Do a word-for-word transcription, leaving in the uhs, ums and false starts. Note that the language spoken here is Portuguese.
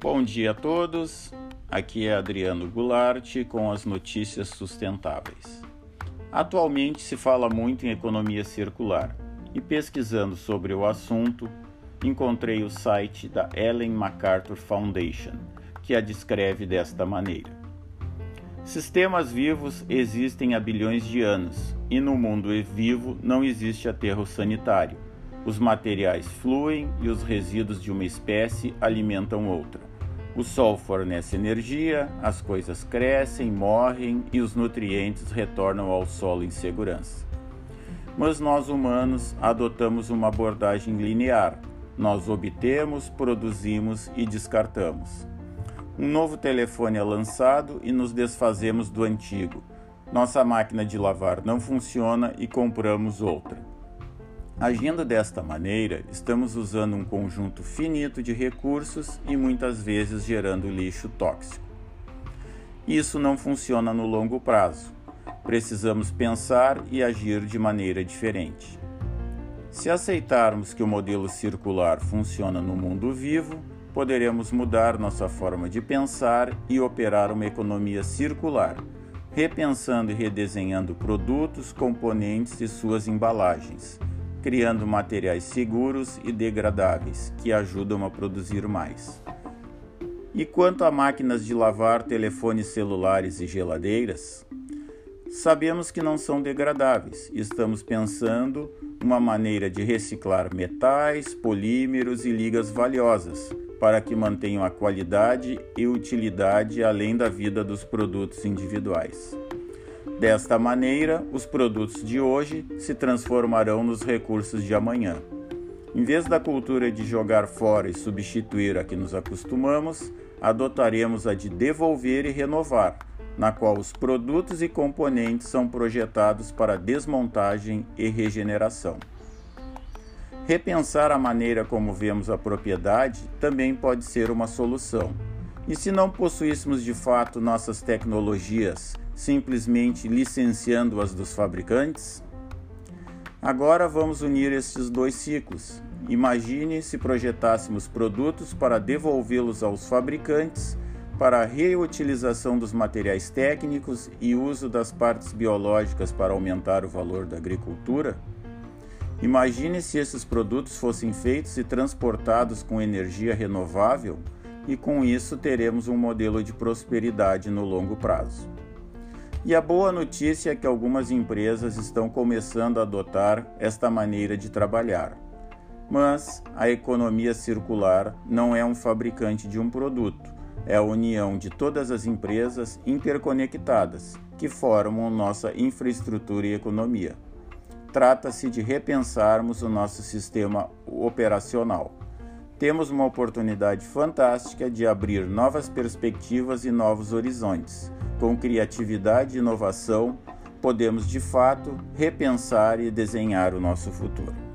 Bom dia a todos, aqui é Adriano Goulart com as notícias sustentáveis. Atualmente se fala muito em economia circular e pesquisando sobre o assunto, encontrei o site da Ellen MacArthur Foundation, que a descreve desta maneira. Sistemas vivos existem há bilhões de anos e no mundo vivo não existe aterro sanitário. Os materiais fluem e os resíduos de uma espécie alimentam outra. O sol fornece energia, as coisas crescem, morrem e os nutrientes retornam ao solo em segurança. Mas nós humanos adotamos uma abordagem linear. Nós obtemos, produzimos e descartamos. Um novo telefone é lançado e nos desfazemos do antigo. Nossa máquina de lavar não funciona e compramos outra. Agindo desta maneira, estamos usando um conjunto finito de recursos e muitas vezes gerando lixo tóxico. Isso não funciona no longo prazo. Precisamos pensar e agir de maneira diferente. Se aceitarmos que o modelo circular funciona no mundo vivo, poderemos mudar nossa forma de pensar e operar uma economia circular, repensando e redesenhando produtos, componentes e suas embalagens, criando materiais seguros e degradáveis, que ajudam a produzir mais. E quanto a máquinas de lavar, telefones celulares e geladeiras, sabemos que não são degradáveis. Estamos pensando uma maneira de reciclar metais, polímeros e ligas valiosas, para que mantenham a qualidade e utilidade além da vida dos produtos individuais. Desta maneira, os produtos de hoje se transformarão nos recursos de amanhã. Em vez da cultura de jogar fora e substituir a que nos acostumamos, adotaremos a de devolver e renovar, na qual os produtos e componentes são projetados para desmontagem e regeneração. Repensar a maneira como vemos a propriedade também pode ser uma solução. E se não possuíssemos de fato nossas tecnologias, simplesmente licenciando-as dos fabricantes? Agora vamos unir esses dois ciclos. Imagine se projetássemos produtos para devolvê-los aos fabricantes, para a reutilização dos materiais técnicos e uso das partes biológicas para aumentar o valor da agricultura? Imagine se esses produtos fossem feitos e transportados com energia renovável, e com isso teremos um modelo de prosperidade no longo prazo. E a boa notícia é que algumas empresas estão começando a adotar esta maneira de trabalhar. Mas a economia circular não é um fabricante de um produto, é a união de todas as empresas interconectadas que formam nossa infraestrutura e economia. Trata-se de repensarmos o nosso sistema operacional. Temos uma oportunidade fantástica de abrir novas perspectivas e novos horizontes. Com criatividade e inovação, podemos de fato repensar e desenhar o nosso futuro.